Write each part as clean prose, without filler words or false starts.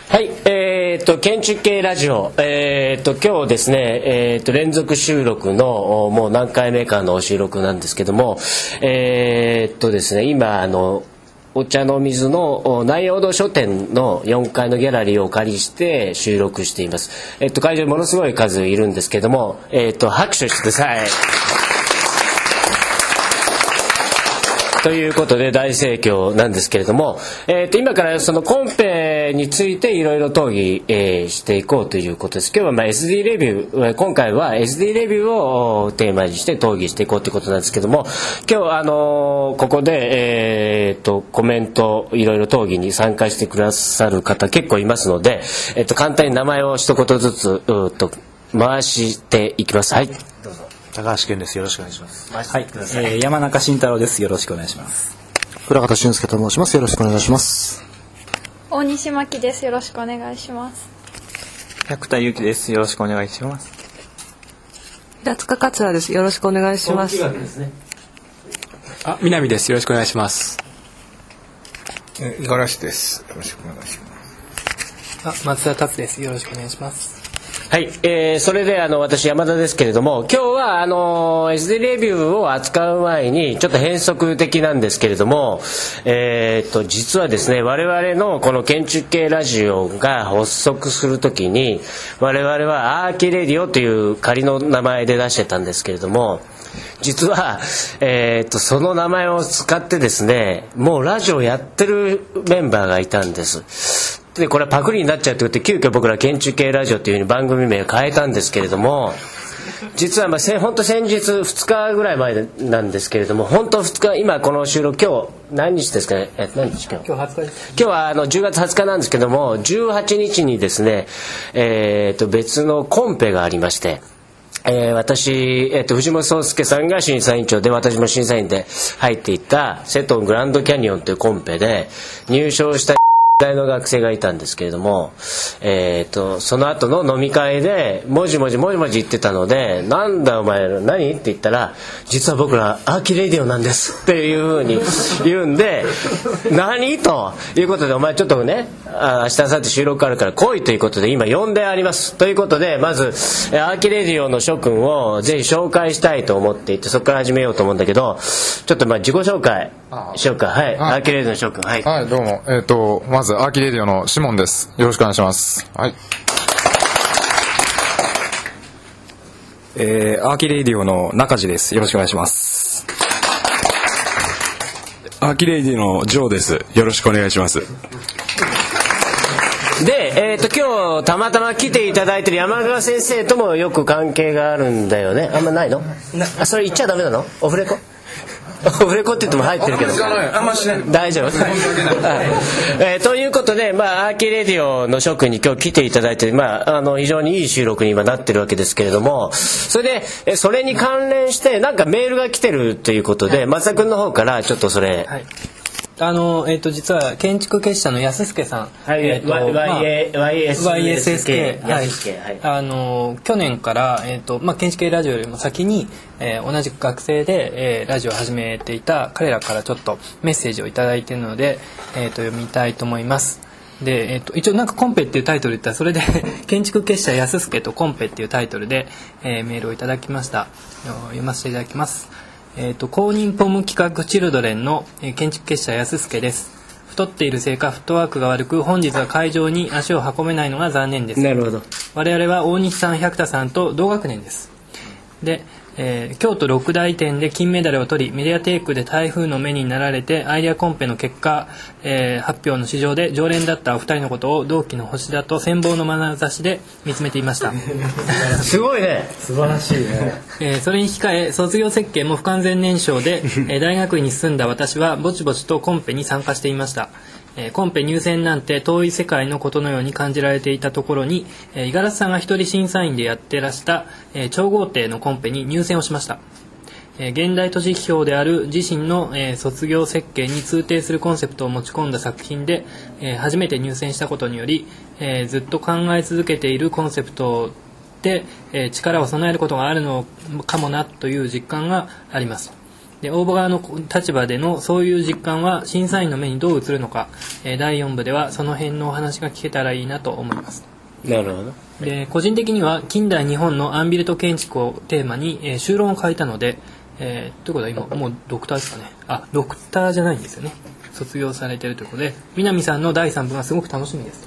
はい、建築系ラジオ、今日ですね、連続収録のもう何回目かの収録なんですけども、ですね、今お茶の水の内陽堂書店の4階のギャラリーをお借りして収録しています。会場にものすごい数いるんですけども、拍手してください。ということで大盛況なんですけれども、今からそのコンペについていろいろ討議、していこうということです。今日はSD レビュー、今回は SD レビューをテーマにして討議していこうということなんですけども、今日ここで、コメントいろいろ討議に参加してくださる方結構いますので、簡単に名前を一言ずつ回していきます。はい、どうぞ。 高橋健です。よろしくお願いします。 はい、山中慎太郎です。よろしくお願いします。 倉方俊介と申します。よろしくお願いします。 大西真希です。よろしくお願いします。 百田裕樹です。よろしくお願いします。 平塚勝也です。よろしくお願いします。 南です。よろしくお願いします。 五十嵐です。よろしくお願いします。松田達です。よろしくお願いします。 はい、それで私山田ですけれども、今日はSD レビューを扱う前にちょっと変則的なんですけれども、実はですね、我々のこの建築系ラジオが発足するときに我々はアーキレディオという仮の名前で出してたんですけれども、実は、その名前を使ってですね、もうラジオやってるメンバーがいたんです。でこれはパクリになっちゃうということで、急遽僕ら建築系ラジオというふうに番組名を変えたんですけれども、実は本当先日2日ぐらい前なんですけれども、本当2日、今この収録今日何日ですかね、何日今日 20日です。 今日は10月20日なんですけども、18日にですね、別のコンペがありまして、私、藤本壮介さんが審査委員長で、私も審査員で入っていた瀬戸グランドキャニオンというコンペで入賞した大の学生がいたんですけれども、その後の飲み会でもじもじ言ってたので、なんだお前何って言ったら、実は僕らアーキレディオなんですっていうふうに言うんで何ということで、お前ちょっとね、明日明後日収録あるから来いということで今呼んでありますということで、まずアーキレディオの諸君をぜひ紹介したいと思っていて、そこから始めようと思うんだけど、ちょっと自己紹介しようか。はい、アーキレディオの諸君。はい、 はい、どうも。まずアーキレディオのシモンです。よろしくお願いします。はい。 アーキレディオの中地です。よろしくお願いします。 アーキレディオのジョーです。よろしくお願いします。 で、今日たまたま来ていただいている山川先生ともよく関係があるんだよね。あんまないの？それ言っちゃダメなの？オフレコ？オフレコって言っても入ってるけどあんましない大丈夫ということで、アーキレディオの諸君に今日来ていただいて、非常にいい収録に今なってるわけですけれども、それでそれに関連してなんかメールが来てるということで、松田君の方からちょっとそれ、 はい、実は建築結社の安助さん、YSSK、はい、去年から、建築系ラジオよりも先に、同じく学生で、ラジオを始めていた彼らからちょっとメッセージをいただいているので、読みたいと思います。で、一応なんかコンペっていうタイトル言ったら、それで建築結社安助とコンペっていうタイトルで、メールをいただきました。読ませていただきます。公認ポム企画チルドレンの建築結社安助です。太っているせいかフットワークが悪く、本日は会場に足を運べないのが残念です。 なるほど。 我々は大西さん百田さんと同学年です。で、京都六大展で金メダルを取り、メディアテイクで台風の目になられて、アイデアコンペの結果、発表の市場で常連だったお二人のことを同期の星だと羨望の眼差しで見つめていましたすごいね、 素晴らしいね。それに控え、卒業設計も不完全燃焼で大学院に進んだ私はぼちぼちとコンペに参加していました。コンペ入選なんて遠い世界のことのように感じられていたところに、五十嵐さんが一人審査員でやってらした、超豪邸のコンペに入選をしました。現代都市批評である自身の、卒業設計に通底するコンセプトを持ち込んだ作品で、初めて入選したことにより、ずっと考え続けているコンセプトで、力を備えることがあるのかもなという実感があります。 で応募側の立場でのそういう実感は審査員の目にどう映るのか、第4部ではその辺のお話が聞けたらいいなと思います。 なるほど。 で個人的には近代日本のアンビルト建築をテーマに、修論を書いたので、ということは今もうドクターですかね。ドクターじゃないんですよね。卒業されているということで、南さんの第3部がすごく楽しみです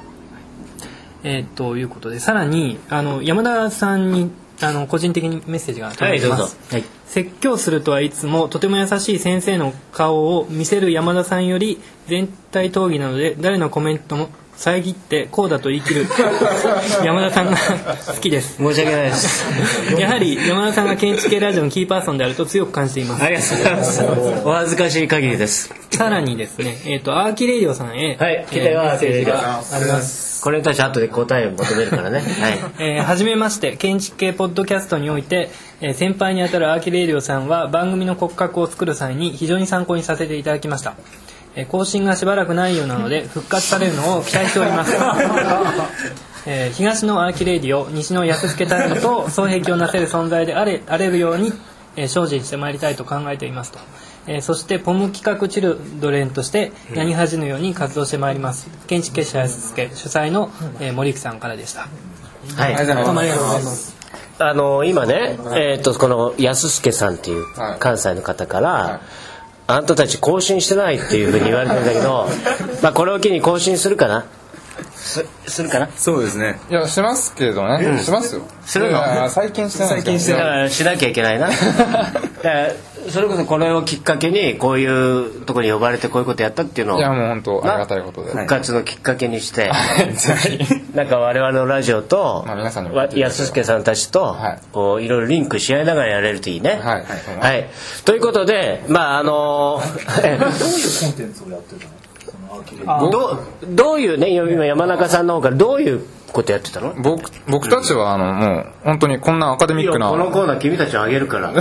と。ということで、さらに山田さんに個人的にメッセージが届いてます。はい、説教するとはいつもとても優しい先生の顔を見せる山田さんより全体討議なので、誰のコメントも遮ってこうだと言い切る山田さんが好きです。 申し訳ないです。 やはり山田さんが建築系ラジオのキーパーソンであると強く感じています。 ありがとうございます。お恥ずかしい限りです。 さらにですね、アーキレイディオさんへ、 はい、メッセージがあります。これに対して後で答えを求めるからね。はい。 はじめまして。建築系ポッドキャストにおいて、先輩にあたるアーキレイディオさんは番組の骨格を作る際に非常に参考にさせていただきました。更新がしばらくないようなので復活されるのを期待しております。東のアーキレイディオ、西の安助タイムと双璧をなせる存在であれるように、精進してまいりたいと考えていますと。そしてポム企画チルドレンとして何恥ぬように活動してまいります。建築結社安助主催の、森木さんからでした。 はい、ありがとうございます。今ね、この安助さんっていう関西の方から、はい、あんたたち更新してないっていうふうに言われてるんだけどまあこれを機に更新するかな。するかな。 そうですね。 いやしますけどね、しますよ。 するの？ 最近してないですだからしなきゃいけないな。それこそこれをきっかけにこういうところに呼ばれてこういうことやったっていうのを、 いやもう本当ありがたいことで復活のきっかけにして、なんか我々のラジオと、 皆さんに安助さんたちと、こういろいろリンクし合いながらやれるといいね。はい。ということで、まあどういうコンテンツをやってるの？どういうね、今山中さんの方からどういうことやってたの？ 僕たちはもう本当にこんなアカデミックな、 このコーナー君たちあげるからで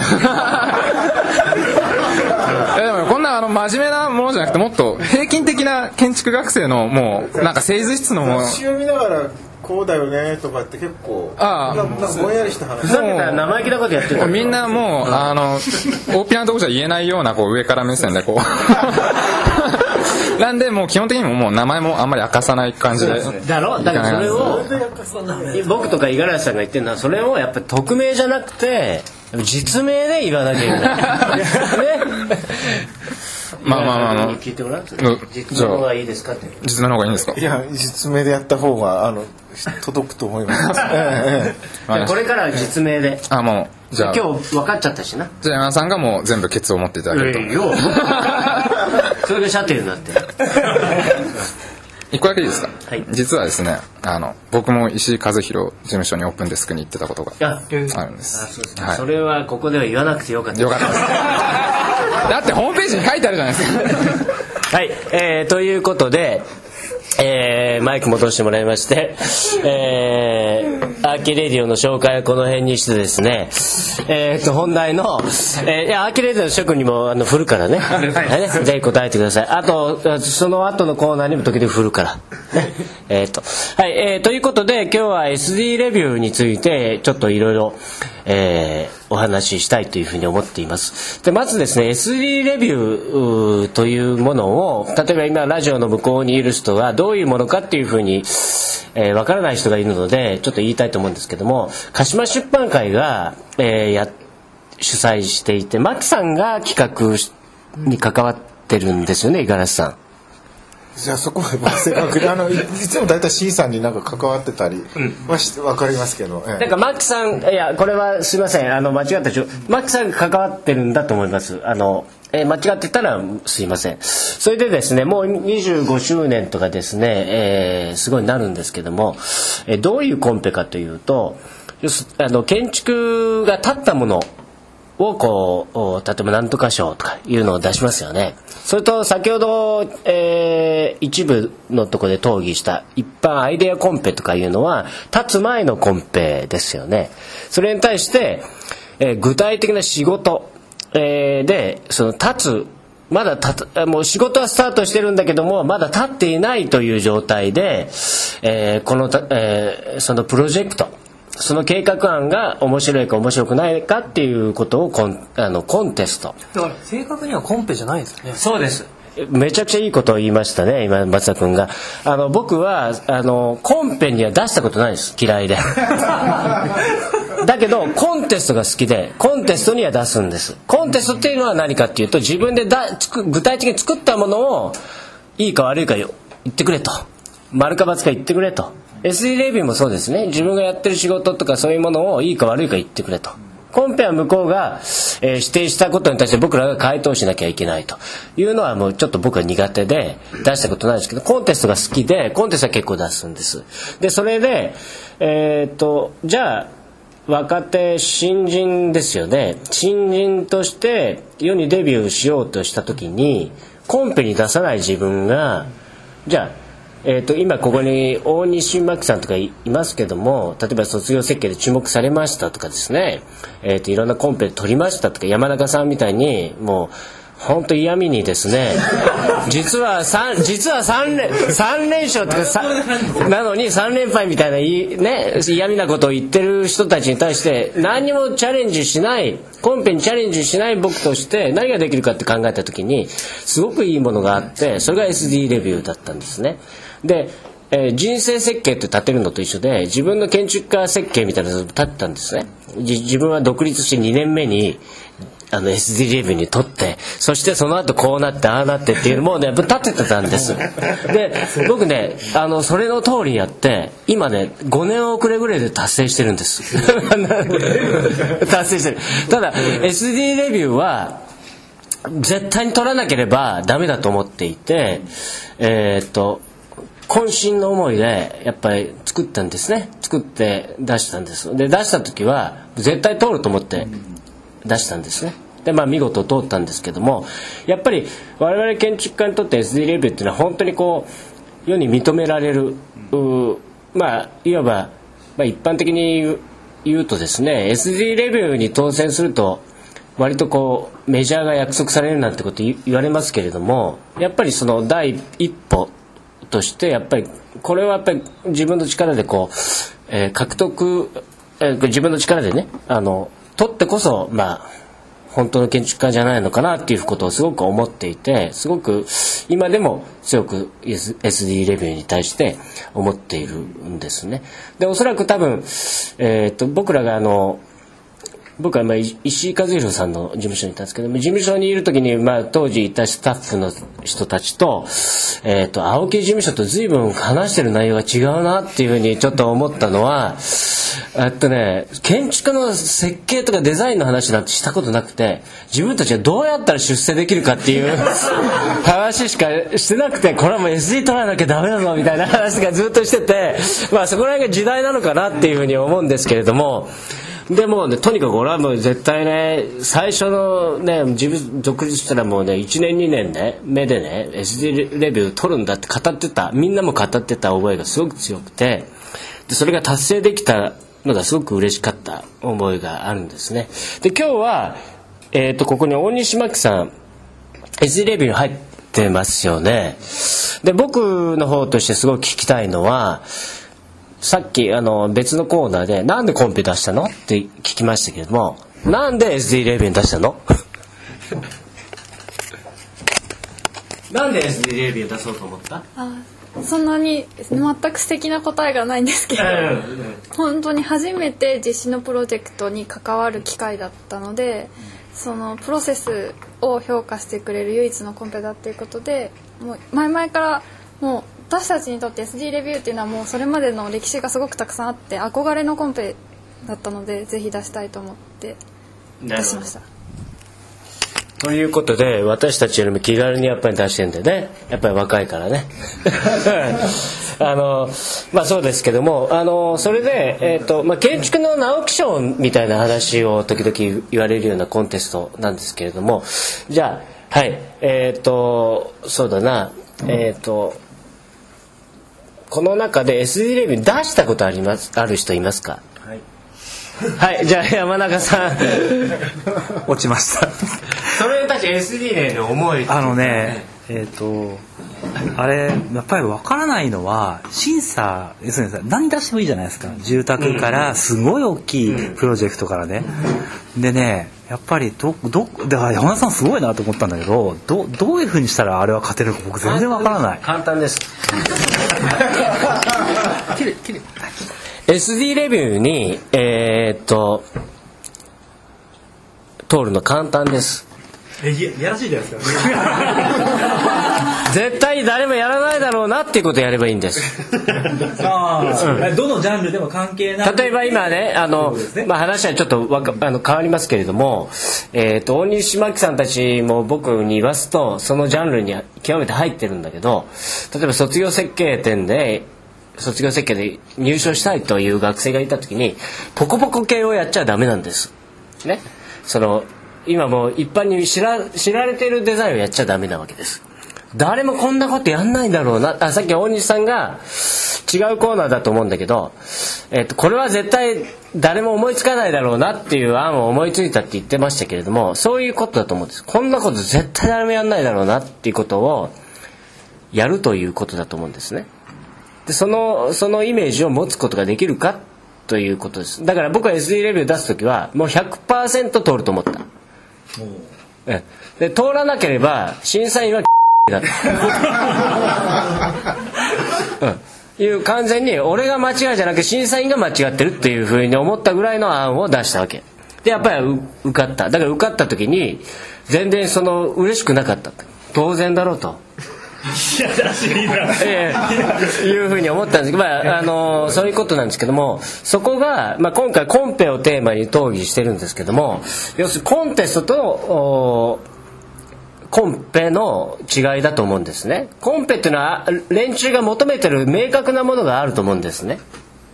もこんな真面目なものじゃなくて、もっと平均的な建築学生のもうなんか製図室のもの読みながらこうだよねとかって結構なんかぼんやりした話、 ふざけた生意気なことやってた。 みんなもう大っぴらなとこじゃ言えないようなこう上から目線でこうなんでもう基本的にもう名前もあんまり明かさない感じで。 だろ？だからそれを僕とか五十嵐さんが言ってるのは、それをやっぱり匿名じゃなくて実名で言わなきゃいけないね。 まあ聞いてごらん。実名の方がいいですかって。 実名の方がいいんですか？ いや実名でやった方が届くと思います。 これからは実名で。 もうじゃあ今日分かっちゃったしな。 じゃあ山田さんがもう全部ケツを持っていただけると。 それがシャテルになって。 一個だけいいですか？ はい。 実はですね、僕も石井和弘事務所にオープンデスクに行ってたことがあるんです。 そうですか。それはここでは言わなくてよかったです。 だってホームページに書いてあるじゃないですか。 はい、ということで、マイク戻してもらいまして、アーキレディオの紹介はこの辺にしてですね、本題の、アーキレディオの諸君にも振るからね、ぜひ答えてください。あとその後のコーナーにも時々振るから、ね。はい、ということで今日は SD レビューについてちょっといろいろお話ししたいというふうに思っています。でまずですね、 SD レビューというものを、例えば今ラジオの向こうにいる人はどういうものかっていうふうにわからない人がいるのでちょっと言いたいと思うんですけども、鹿島出版会が、主催していて、牧さんが企画に関わってるんですよね、五十嵐さん。 じゃあそこは正確にいつもだいたい C さんになんか関わってたりはして分かりますけど、 なんか牧さん、いやこれはすいません、間違ったでしょ、牧さんが関わってるんだと思います。間違ってたらすいません。それでですね、もう25周年とかですね、すごいなるんですけども、どういうコンペかというと、建築が建ったものをこう、例えばなんとか賞とかいうのを出しますよね。それと先ほど、一部のところで討議した一般アイデアコンペとかいうのは立つ前のコンペですよね。それに対して、具体的な仕事、でその立つ、まだもう仕事はスタートしてるんだけどもまだ立っていないという状態で、そのプロジェクト、 その計画案が面白いか面白くないかっていうことをコンテスト。 だから正確にはコンペじゃないですよね。 そうです。めちゃくちゃいいことを言いましたね、今松田君が。僕はコンペには出したことないです、嫌いでだけどコンテストが好きで、コンテストには出すんです。コンテストっていうのは何かっていうと、自分で具体的に作ったものをいいか悪いか言ってくれと、丸か×か言ってくれと。 SD レビューもそうですね。自分がやってる仕事とかそういうものをいいか悪いか言ってくれと。コンペは向こうが、指定したことに対して僕らが回答しなきゃいけないというのはもうちょっと僕は苦手で出したことないですけど、コンテストが好きでコンテストは結構出すんです。でそれでじゃあ若手新人ですよね。新人として世にデビューしようとした時にコンペに出さない自分が、じゃあ今ここに大西真紀さんとか いますけども、例えば卒業設計で注目されましたとかですね、いろんなコンペで取りましたとか、山中さんみたいにもう本当嫌味にですね実は3連勝とかなのに3連敗みたいな、ね、嫌味なことを言ってる人たちに対して何にもチャレンジしない、コンペにチャレンジしない僕として何ができるかって考えた時にすごくいいものがあって、それが SD レビューだったんですね。で、人生設計って立てるのと一緒で、自分の建築家設計みたいなのを立ってたんですね。自分は独立して2年目にSD レビューに取って、そしてその後こうなってああなってっていうのもね立ててたんです。で僕ねそれの通りやって今ね5年遅れぐらいで達成してるんです達成してる。ただ SD レビューは絶対に取らなければダメだと思っていて、渾身の思いでやっぱり作ったんですね。作って出したんです。で出した時は絶対通ると思って出したんですね。で見事通ったんですけども、やっぱり我々建築家にとって SD レビューっていうのは本当にこう世に認められる、いわば、一般的に言うとですね、 SD レビューに当選すると割とこうメジャーが約束されるなんてこと言われますけれども、やっぱりその第一歩としてやっぱりこれはやっぱり自分の力でこう、獲得、自分の力でね取ってこそ本当の建築家じゃないのかなっていうことをすごく思っていて、すごく今でも強く SD レビューに対して思っているんですね。でおそらく多分、僕は石井和弘さんの事務所にいたんですけども、事務所にいる時に当時いたスタッフの人たちと、青木事務所と随分話してる内容が違うなっていうふうにちょっと思ったのは、建築の設計とかデザインの話なんてしたことなくて、自分たちはどうやったら出世できるかっていう話しかしてなくて、これはもう SD 取らなきゃダメだぞみたいな話がずっとしてて、そこら辺が時代なのかなっていうふうに思うんですけれども、でもとにかく俺はもう絶対ね、最初のね自分独立したらもうね1年2年ね目でね SD レビュー取るんだって語ってた、みんなも語ってた覚えがすごく強くて、でそれが達成できたのがすごく嬉しかった思いがあるんですね。で今日は、ここに大西真紀さん SD レビューに入ってますよね。で僕の方としてすごく聞きたいのは、さっき別のコーナーでなんでコンペ出したのって聞きましたけれども、なんで SD レビューに出したのなんで SD レビュー出そうと思った？ そんなに全く素敵な答えがないんですけど、本当に初めて実施のプロジェクトに関わる機会だったので、そのプロセスを評価してくれる唯一のコンペだっていうことで、もう前々からもう私たちにとって SD レビューっていうのはもうそれまでの歴史がすごくたくさんあって憧れのコンペだったので、ぜひ出したいと思って出しました。 ということで私たちよりも気軽にやっぱり出してるんでね、やっぱり若いからねそうですけども、それで、建築の直木賞みたいな話を時々言われるようなコンテストなんですけれども、じゃあはいそうだなこの中で SD レビュー出したことある人いますか？はい、じゃあ山中さん落ちましたそれに対しち SD で思いあれやっぱり分からないのは審査ですね、何出してもいいじゃないですか。住宅からすごい大きいプロジェクトからね、でねやっぱりだから山田さんすごいなと思ったんだけど、どういう風にしたらあれは勝てるか僕全然分からない。 簡単です。SD レビューに通るの簡単です。 やらしいじゃないですか。 絶対誰もやらないだろうなっていうことをやればいいんです。 どのジャンルでも関係ない。 例えば今ね話はちょっと変わりますけれども、大西真紀さんたちも僕に言わすとそのジャンルに極めて入ってるんだけど、例えば卒業設計で入賞したいという学生がいた時にポコポコ系をやっちゃダメなんですね。今もう一般に知られているデザインをやっちゃダメなわけです。誰もこんなことやんないだろうな。さっき大西さんが違うコーナーだと思うんだけど、これは絶対誰も思いつかないだろうなっていう案を思いついたって言ってましたけれども、そういうことだと思うんです。こんなこと絶対誰もやんないだろうなっていうことをやるということだと思うんですね。でそのイメージを持つことができるかということです。だから僕は SD レビュー出すときはもう 100% 通ると思った。で通らなければ審査員はだと、いう完全に俺が間違いじゃなくて審査員が間違ってるっていうふうに思ったぐらいの案を出したわけで、やっぱり受かった。だから受かった時に全然嬉しくなかった。当然だろうというふうに思ったんですけど、そういうことなんですけども、そこが、今回コンペをテーマに討議してるんですけども、要するにコンテストとコンペの違いだと思うんですね。コンペっていうのは連中が求めてる明確なものがあると思うんですね、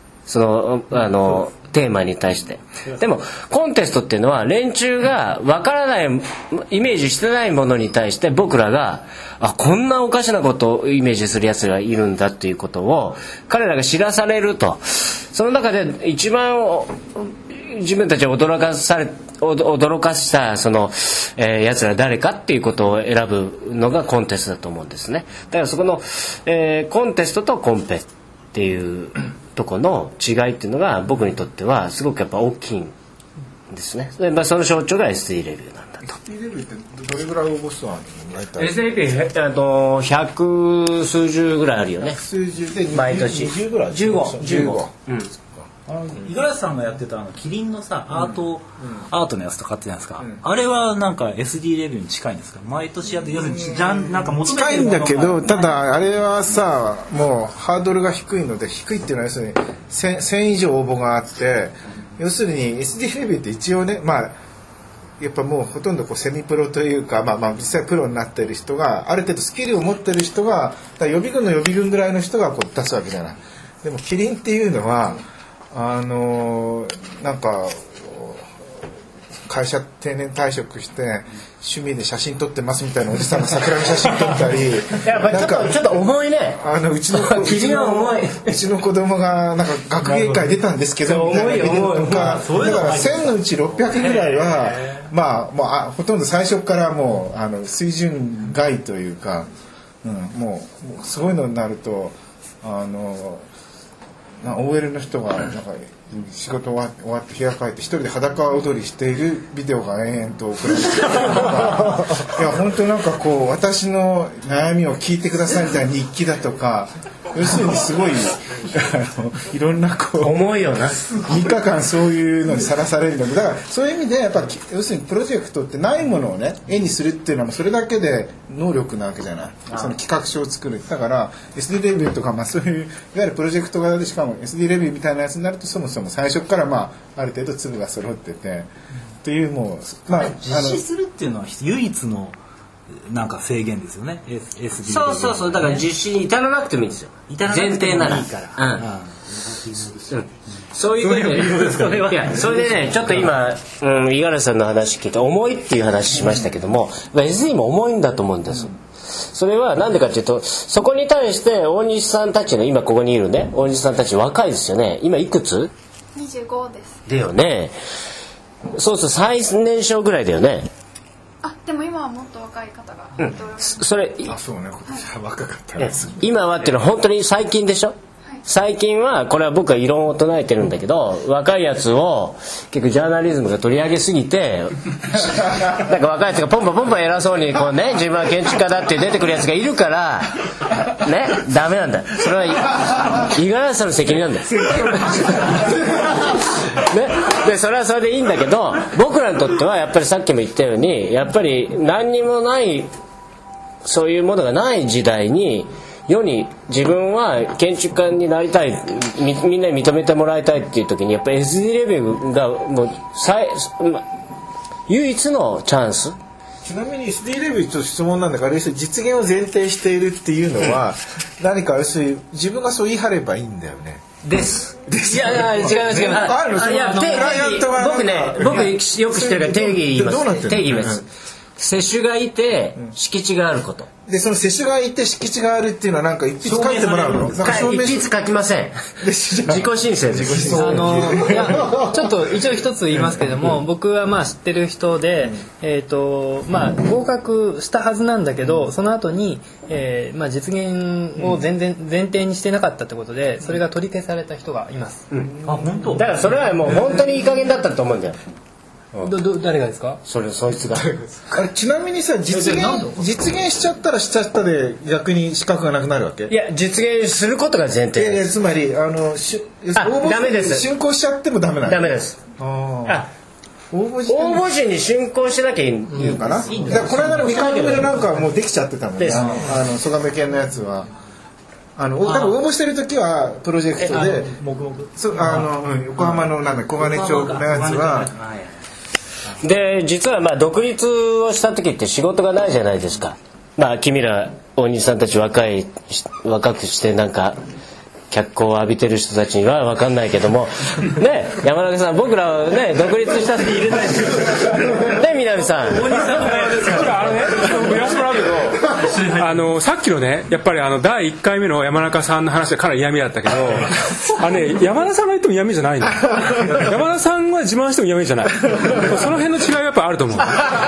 テーマに対して。でもコンテストっていうのは連中が分からない、イメージしてないものに対して僕らがこんなおかしなことをイメージするやつがいるんだっていうことを彼らが知らされると、その中で一番自分たちを驚かしたやつら誰かっていうことを選ぶのがコンテストだと思うんですね。だからそこの、コンテストとコンペっていうとこの違いっていうのが僕にとってはすごくやっぱ大きいんですね。で、その象徴が SD レビューなんだと。 SD レビューってどれぐらい応募数あるの ？SD レビュー100数十ぐらいあるよね。 数十で毎年 20ぐらい。 15。 五十嵐さんがやってたキリンのさアートのやつとかってじゃないですか、あれはなんか SD レビューに近いんですか？毎年やって要するになんか求めてるものが近いんだけど、ただあれはさもうハードルが低いので、低いっていうのは要するに 1000以上応募があって、要するに SD レビューって一応ね、やっぱもうほとんどセミプロというか、実際プロになってる人がある程度スキルを持ってる人が、予備軍の予備軍ぐらいの人が出すわけじゃない。でもキリンっていうのはなんか会社定年退職して趣味で写真撮ってますみたいなおじさんが桜の写真撮ったりなんかちょっと重いね。 うちの子供がなんか学芸会出たんですけどみたいなビデオとか、だから1000のうち600ぐらいはほとんど最初からもう水準外というか、もうすごいのになるとOL の人がなんか仕事終わって部屋帰って一人で裸踊りしているビデオが延々と送られてきたりとかいや本当なんか私の悩みを聞いてくださいみたいな日記だとか、要するにすごいいろんな重いよな 3日間そういうのにさらされるので、だからそういう意味でやっぱ要するにプロジェクトってないものをね絵にするっていうのはそれだけで能力なわけじゃない。その企画書を作る。だから SD レビューとかそういういわゆるプロジェクト型で、しかも SD レビューみたいなやつになるとそもそも最初からある程度粒が揃っててっていう、もう実施するっていうのは唯一のなんか制限ですよね。 そうだから実施に至らなくてもいいんですよ。前提ならいいから。そういう意味でそれでね、ちょっと今五十嵐さんの話聞いて重いっていう話しましたけども、SD も重いんだと思うんです。それはなんでかっていうと、そこに対して大西さんたちの今ここにいるね大西さんたち若いですよね。今いくつ ？25です。 だよね。そうすると最年少ぐらいだよね。 でも今はもっと若い方がいております、 それあ、そうね、今年は若かったです。 今はっていうのは本当に最近でしょ。最近はこれは僕は異論を唱えてるんだけど、若いやつを結構ジャーナリズムが取り上げすぎてなんか若いやつがポンポンポンポン偉そうにこうね、自分は建築家だって出てくるやつがいるからね、ダメなんだ。それは五十嵐さんの責任なんだよね、でそれはそれでいいんだけど、僕らにとってはやっぱりさっきも言ったように、やっぱり何にもないそういうものがない時代に世に自分は建築家になりたい、みんなに認めてもらいたいっていう時にやっぱり SD レビューがもう唯一のチャンス。 ちなみに SD レビューと質問なんだから、実現を前提しているっていうのは何か自分がそう言い張ればいいんだよね。 です。いや違う。僕よく知ってるから定義言います。定義言います。施主がいて敷地があることで、その施主がいて敷地があるっていうのはなんか一筆書いてもらうの？ 一筆書きません。自己申請です。 いやちょっと一応一つ言いますけれども、僕はまあ知ってる人で、まあ合格したはずなんだけど、その後に、まあ実現を全然前提にしてなかったってことで、それが取り消された人がいます。 あ、本当？だからそれはもう本当にいい加減だったと思うんだよ。 誰がですか？ そいつがちなみにさ、実現しちゃったらしちゃったで逆に資格がなくなるわけ？ いや、実現することが前提です。 つまりダメです。竣工しちゃってもダメなの？ ダメです。応募時に竣工しなきゃいいのかな。この間の2回目でなんかもうできちゃってたもんね。曽我部県のやつは多分応募してる時はプロジェクトで横浜の小金町のやつはで、実はまあ独立をした時って仕事がないじゃないですか。まあ君らお兄さんたち若くしてなんか脚光を浴びてる人たちには分かんないけどもね、山中さん、僕らはね独立した時いるんですよね、南さん。 さっきのね、やっぱり第1回目の山中さんの話はかなり嫌味だったけど山田さんが言っても嫌味じゃないの。山田さんが自慢しても嫌味じゃない。その辺の違いはやっぱあると思う。どこ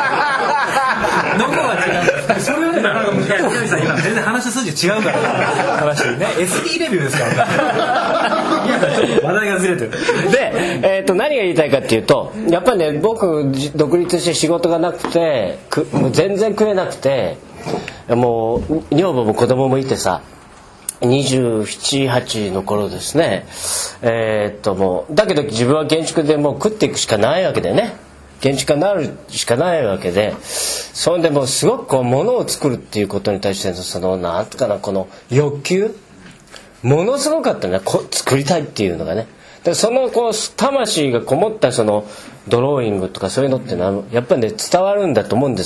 が違う？それはね、南さん今全然話の筋違うから話してるね。SD レビューですから話題がずれてる。 で、何が言いたいかっていうと、やっぱりね、僕独立して仕事がなくてもう全然食えなくて、もう女房も子供もいてさ、27、8の頃ですね。もうだけど自分は建築でもう食っていくしかないわけでね。建築家になるしかないわけで、それでもうすごくこう物を作るっていうことに対してなんとかな、この欲求ものすごかったね、作りたいっていうのがね。でそのこう魂がこもったそのドローイングとかそういうのってのはやっぱりね伝わるんだと思うんです。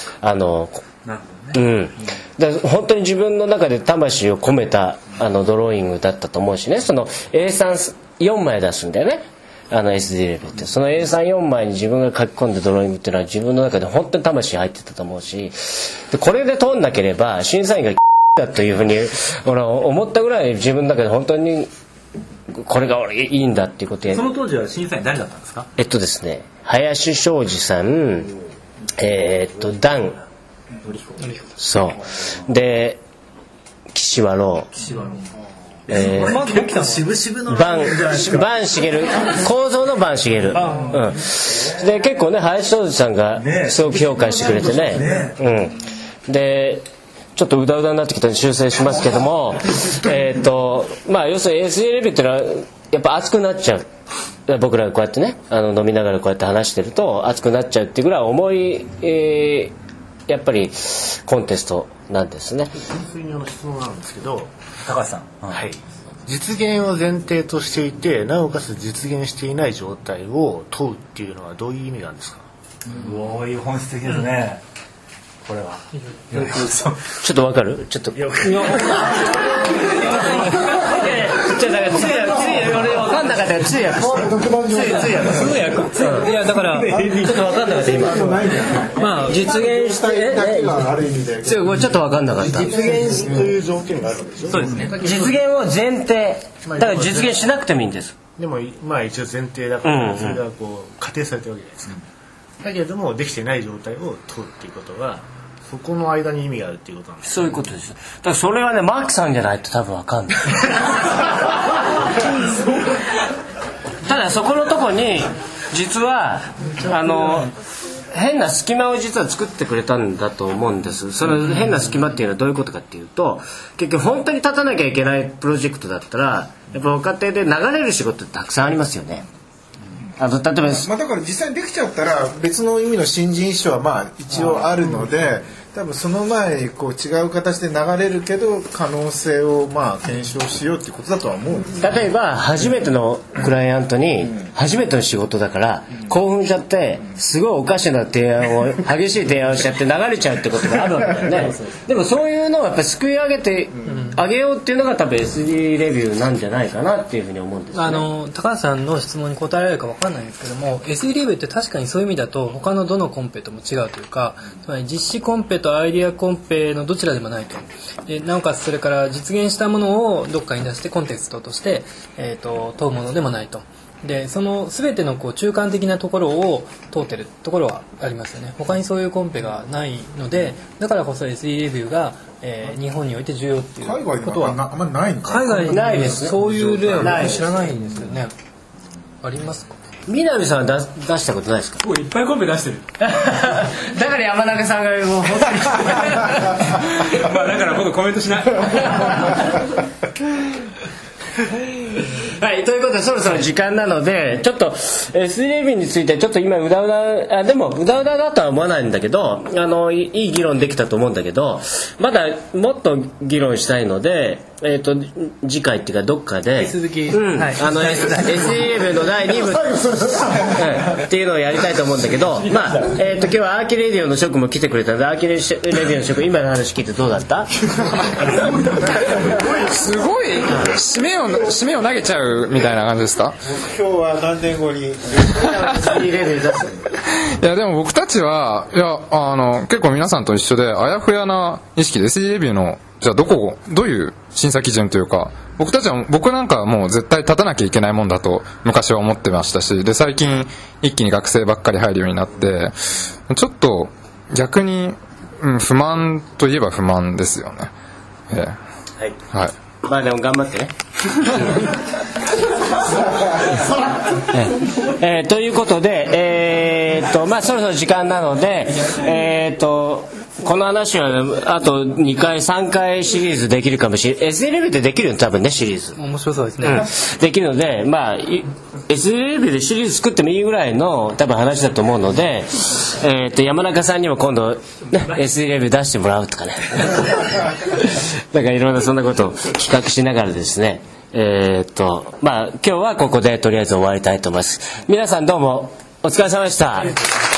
で本当に自分の中で魂を込めたドローイングだったと思うしね。その A34 枚出すんだよね、SD レビューって。その A34 枚に自分が書き込んでドローイングっていうのは自分の中で本当に魂入ってたと思うし、でこれで通んなければ審査員がだというふうに思ったぐらい自分の中で本当にこれが俺いいんだっていうことで。 その当時は審査員誰だったんですか？ ですね、林庄司さん、ダン、そうで岸和郎、バンシゲル、構造のバンシゲル、で結構ね林庄司さんがすごく評価してくれてね、でちょっとうだうだになってきたので修正しますけどもまあ要するに SD レビューっていうのはやっぱ熱くなっちゃう。僕らがこうやってね飲みながらこうやって話してると熱くなっちゃうっていうぐらい重い、やっぱりコンテストなんですね。 純粋に質問なんですけど、 高橋さん、 はい、実現を前提としていてなおかつ実現していない状態を問うっていうのはどういう意味なんですか？ おい本質的ですね、これは。 ちょっとわかる？ちょっとだからつい俺わかんなかったからついやいやだからちょっとわかんなかった今。まあ実現してちょっとわかんなかった。 実現という条件があるんでしょ？ そうですね。実現を前提だから実現しなくてもいいんです。 でもまあ一応前提だからそれがこう仮定されてるわけじゃないですか。 だけどもできてない状態を問うっていうことはそこの間に意味があるっていうことなんです。 そういうことです。だからそれはね、マークさんじゃないと多分わかんない。ただそこのとこに実は変な隙間を実は作ってくれたんだと思うんです。その変な隙間っていうのはどういうことかっていうと、結局本当に立たなきゃいけないプロジェクトだったらやっぱご家庭で流れる仕事ってたくさんありますよね。例えば、 だから実際にできちゃったら別の意味の新人賞は一応あるので、多分その前にこう違う形で流れるけど可能性を検証しようっていうことだとは思うんです。 例えば初めてのクライアントに初めての仕事だから興奮しちゃってすごいおかしな提案を激しい提案をしちゃって流れちゃうってことがあるわけだよね。でもそういうのをやっぱりすくい上げてあげようっていうのが多分 SD レビューなんじゃないかなっていうふうに思うんですね。 高橋さんの質問に答えられるか分かんないんですけども SD レビューって確かにそういう意味だと他のどのコンペとも違うというか、つまり実施コンペとアイディアコンペのどちらでもないと。でなおかつそれから実現したものをどっかに出してコンテクストとして、問うものでもないと。でその全ての中間的なところを問うてるところはありますよね。他にそういうコンペがないので、だからこそ SD レビューが、日本において重要っていうことはあんまりないのか。 海外にないですね。 そういう例は僕知らないんですよね。ありますか。 南さんは出したことないですか。 僕いっぱいコンペ出してる。 だから山中さんがもう本当にだから僕コメントしない。 はい、ということでそろそろ時間なのでちょっと SD レビューについてちょっと今うだうだでもうだうだだとは思わないんだけどいい議論できたと思うんだけど、まだもっと議論したいので、次回っていうかどっかで続き、 SD レビューの第2部っていうのをやりたいと思うんだけど、今日はアーキレディオの職も来てくれたのでアーキレディオの職今の話聞いてどうだった？ すごい締めを投げちゃうみたいな感じですか？ 今日は何年後にいやでも僕たちは結構皆さんと一緒であやふやな意識で SD レビューのじゃあどういう審査基準というか、僕なんかはもう絶対立たなきゃいけないもんだと昔は思ってましたし、で最近一気に学生ばっかり入るようになってちょっと逆に、不満といえば不満ですよね。はい。 まあでも頑張ってね。ということで、そろそろ時間なので、この話はあと2回3回シリーズできるかもしれない。SD レビューでできるよ多分ね、シリーズ面白そうですね、 できるので、SD レビューでシリーズ作ってもいいぐらいの多分話だと思うので、山中さんにも今度、ね、SD レビュー出してもらうとかねなんかいろんなそんなことを企画しながらですね、今日はここでとりあえず終わりたいと思います。皆さんどうもお疲れ様でした。